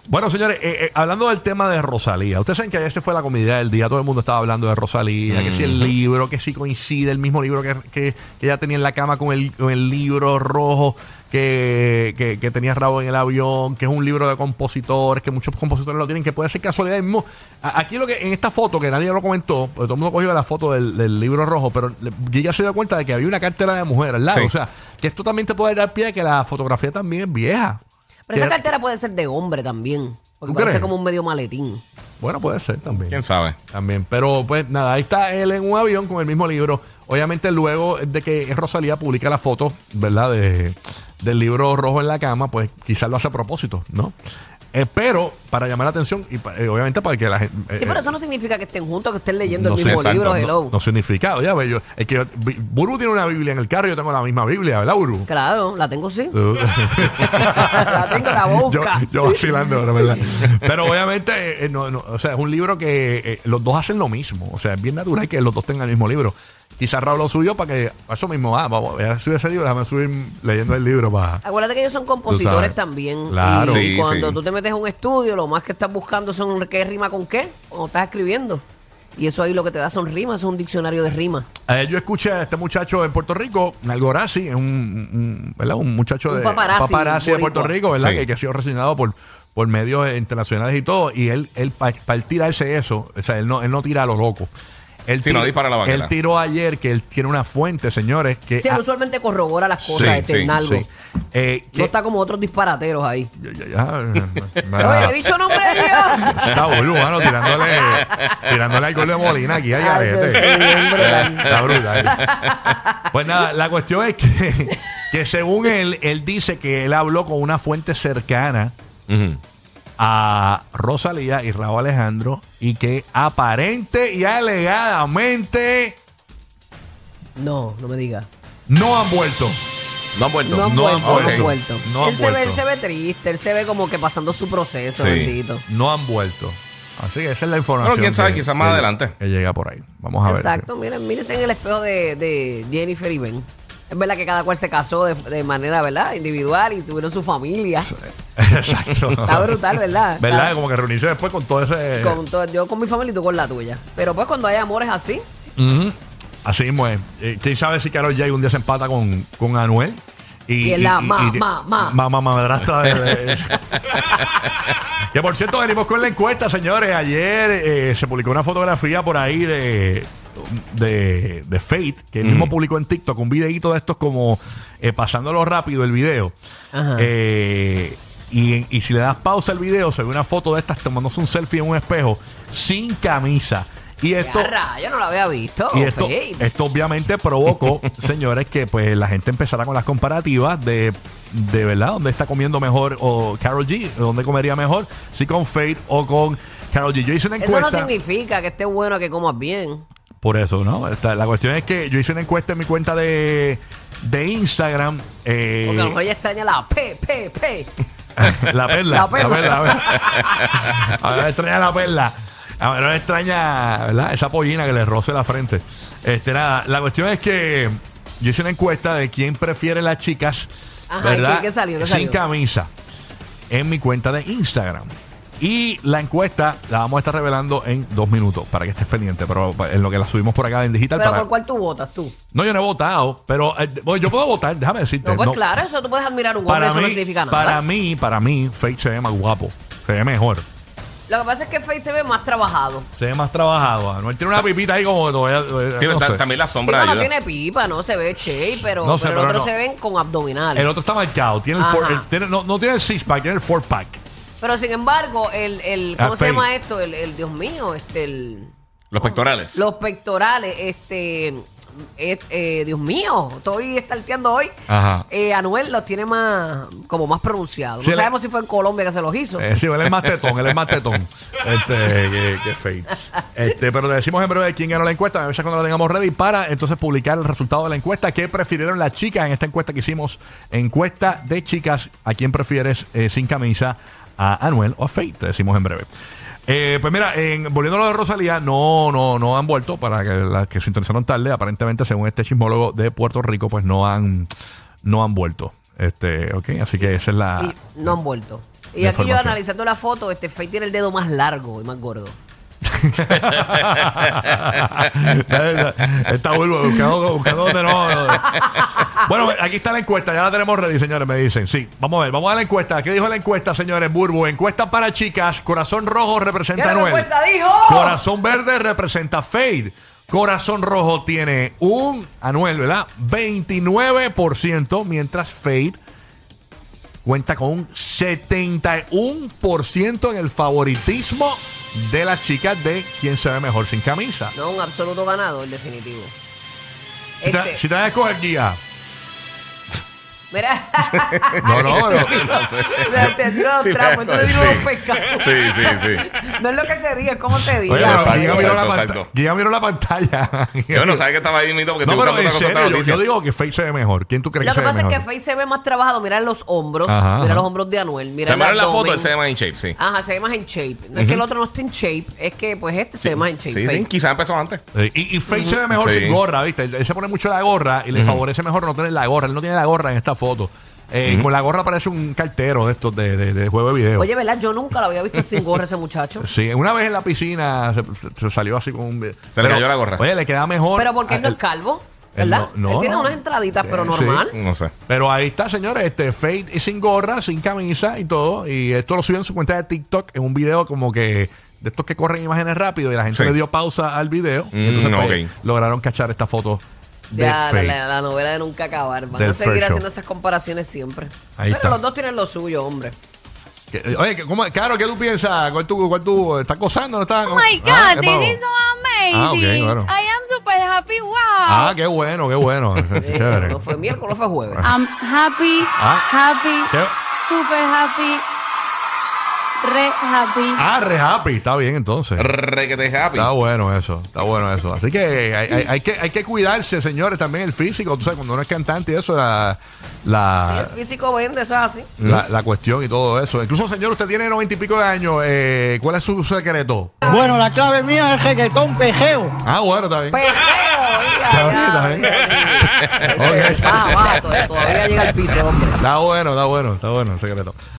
Bueno, señores, hablando del tema de Rosalía, ustedes saben que ayer fue la comedia del día, todo el mundo estaba hablando de Rosalía, que si el libro, que si coincide el mismo libro que ella tenía en la cama con el libro rojo que tenía Rabo en el avión, que es un libro de compositores, que muchos compositores lo tienen, que puede ser casualidad mismo. Aquí lo que en esta foto, que nadie lo comentó, porque todo el mundo cogió la foto del libro rojo, pero ella se dio cuenta de que había una cartera de mujer al lado. Sí. O sea, que esto también te puede dar pie a que la fotografía también es vieja. Pero esa cartera puede ser de hombre también. Porque puede ser como un medio maletín. Bueno, puede ser también. ¿Quién sabe? También. Pero pues nada, ahí está él en un avión con el mismo libro. Obviamente luego de que Rosalía publica la foto, ¿verdad? Del libro rojo en la cama, pues quizás lo hace a propósito, ¿no? Pero para llamar la atención y obviamente para que la gente... sí, pero eso no significa que estén juntos, que estén leyendo el mismo libro. Hello. No significa. Oye, es que Buru tiene una Biblia en el carro, yo tengo la misma Biblia, ¿verdad, Buru? Claro, la tengo sí. La tengo, la boca. Yo vacilando ahora, ¿verdad? Pero obviamente, o sea, es un libro que los dos hacen lo mismo. O sea, es bien natural que los dos tengan el mismo libro. Quizás Raúl lo subió para que, eso mismo, voy a subir ese libro, déjame subir leyendo el libro para... Acuérdate que ellos son compositores también. Claro. Y cuando tú te metes en un estudio, lo más que estás buscando son qué rima con qué, cuando estás escribiendo. Y eso ahí lo que te da son rimas, es un diccionario de rimas. Yo escuché a este muchacho en Puerto Rico, Nalgorazi, es ¿verdad? Un muchacho de paparazzi de Puerto Rico, ¿verdad? Sí. Que ha sido reseñado por medios internacionales y todo. Y él para tirarse eso, o sea, él no tira a lo loco. No dispara la vaquera. Él tiró ayer que él tiene una fuente, señores. Que sí, él usualmente corrobora las cosas, Nalgo. Sí. No está como otros disparateros ahí. Oye, he dicho nombre de Dios. Está boludo, mano, tirándole al gol de Molina aquí a Garete. Está brutal. Pues nada, la cuestión es que según él dice que él habló con una fuente cercana a Rosalía y Rauw Alejandro y que aparente y alegadamente no me digas, no han vuelto. No han vuelto. Él se ve triste, él se ve como que pasando su proceso, bendito. No han vuelto. Así que esa es la información. Pero quién sabe, quizás más adelante. Que llega por ahí. Vamos a ver. Exacto, mírense en el espejo de Jennifer y Ben. Es verdad que cada cual se casó de manera, ¿verdad? Individual y tuvieron su familia. Exacto. Está brutal, ¿verdad? ¿Verdad? Como que reunirse después con todo ese... yo con mi familia y tú con la tuya. Pero pues cuando hay amores así... Así mismo es. ¿Quién sabe si Karol G un día se empata con Anuel? Y es la madrastra de... Que por cierto, venimos con la encuesta, señores. Ayer se publicó una fotografía por ahí de Fate, que él mismo publicó en TikTok un videíto de estos como pasándolo rápido el video. Y si le das pausa al video, se ve una foto de estas tomándose un selfie en un espejo sin camisa. Y esto, yo no lo había visto. Y esto obviamente provocó, señores, que pues la gente empezara con las comparativas de verdad, dónde está comiendo mejor o Karol G, dónde comería mejor, si con Fate o con Karol G. Yo hice una encuesta. Eso no significa que esté bueno que comas bien. Por eso, ¿no? La cuestión es que yo hice una encuesta en mi cuenta de Instagram. Porque a lo mejor ella extraña la La perla. A ver, extraña la perla. A ver, no extraña, ¿verdad? Esa pollina que le roce la frente. Nada, la cuestión es que yo hice una encuesta de quién prefiere las chicas, ¿verdad? ¿Qué salió? Sin camisa en mi cuenta de Instagram. Y la encuesta la vamos a estar revelando en 2 minutos para que estés pendiente, pero en lo que la subimos por acá en digital. ¿Pero por cuál tú votas tú? No, yo no he votado, pero yo puedo votar, déjame decirte. No, pues claro, eso tú puedes admirar un hombre, eso no significa nada. Para mí, Fate se ve más guapo, se ve mejor. Lo que pasa es que Fate se ve más trabajado. Se ve más trabajado. Anuel tiene una pipita ahí como todavía. Sí, no sé. También la sombra no tiene pipa, no se ve che, pero el otro se ven con abdominales. El otro está marcado. Tiene no tiene el 6-pack, tiene el 4-pack. Pero sin embargo, ¿cómo se llama esto? Dios mío, los pectorales. Los pectorales, Dios mío, estoy estarteando hoy. Anuel los tiene más pronunciados. Sí, no sabemos si fue en Colombia que se los hizo. Sí, él es más tetón, que Fate. Pero le decimos en breve quién ganó la encuesta. Me avisa cuando la tengamos ready para entonces publicar el resultado de la encuesta. ¿Qué prefirieron las chicas en esta encuesta que hicimos? Encuesta de chicas. ¿A quién prefieres sin camisa? ¿A Anuel o a Fate? Te decimos en breve. Pues mira, volviendo a lo de Rosalía, no han vuelto. Para que las que sintonizaron tarde, aparentemente según este chismólogo de Puerto Rico, pues no han vuelto. Ok, así que esa es la... Y no han vuelto. Y La aquí yo información. analizando la foto, Faye tiene el dedo más largo y más gordo. Está buscando donde no. Bueno, aquí está la encuesta, ya la tenemos ready, señores, me dicen. Sí, vamos a ver la encuesta. ¿Qué dijo la encuesta, señores? Burbu, encuesta para chicas. Corazón rojo representa ¿Qué a Anuel. encuesta dijo? Corazón verde representa a Fade. Corazón rojo tiene un Anuel, ¿verdad? 29%, mientras Fade cuenta con un 71% en el favoritismo de las chicas de quién se ve mejor sin camisa. No, un absoluto ganador, definitivo. Si te vas a escoger guía. Mira. No. Te tiro los Sí, trapos, tú le sí. tiro los pescados. Sí. No es lo que se diga, es cómo se diga. Oye, Exacto, pero exacto. Guía miró la pantalla. Yo no sabes que estaba ahí mito porque No, estoy pero buscando en otra cosa, otra serio, noticia. yo digo que Faye se ve mejor. ¿Quién tú crees Lo que que se ve pasa es mejor? que Faye se ve más trabajado. Mira los hombros. Ajá, Mira ajá. los hombros de Anuel. Mira el Además, en la foto abdomen. él se ve más en shape, sí. Ajá, se ve más en shape. No es que el otro no esté en shape, es que pues se ve más en shape. Sí, Faye. quizás empezó antes. Y Faye se ve mejor Sí. sin gorra, ¿viste? Él se pone mucho la gorra y le favorece mejor no tener la gorra. Él no tiene la gorra en esta foto. Con la gorra parece un cartero de estos de juego de video. Oye, ¿verdad? Yo nunca lo había visto sin gorra ese muchacho. Sí, una vez en la piscina se salió así con un... Se le cayó la gorra. Oye, le queda mejor. Pero porque él no es él- calvo, él ¿verdad? no- Él tiene no. unas entraditas, pero Sí. normal. No sé. Pero ahí está, señores, Fade y sin gorra, sin camisa y todo. Y esto lo subió en su cuenta de TikTok en un video como que de estos que corren imágenes rápido y la gente Sí. le dio pausa al video. Y entonces pues, ok. lograron cachar esta foto de Ya, Fade. la novela de nunca acabar. Van Del a seguir Fair Show. haciendo esas comparaciones siempre. Ahí Pero está. los dos tienen lo suyo, hombre. Oye, Caro, ¿qué tú piensas? ¿Cuál tú estás gozando? ¿No estás, Oh my God, this is so amazing. Bueno. I am super happy. Wow. Qué bueno, qué bueno. Chévere. No fue miércoles, fue jueves. I'm happy, happy, ¿Qué? super happy, re happy. Re happy, está bien entonces. Requete happy. Está bueno eso. Así que hay que cuidarse, señores, también el físico. Tú sabes, cuando uno es cantante y eso, Sí, el físico vende, eso es así. la cuestión y todo eso. Incluso, señor, usted tiene 90 y pico de años. ¿Cuál es su secreto? Bueno, la clave mía es reggaetón pejeo. Bueno, está bien. Pejeo, Está bien. Ok. Todavía llega al piso, hombre. Está bueno el secreto.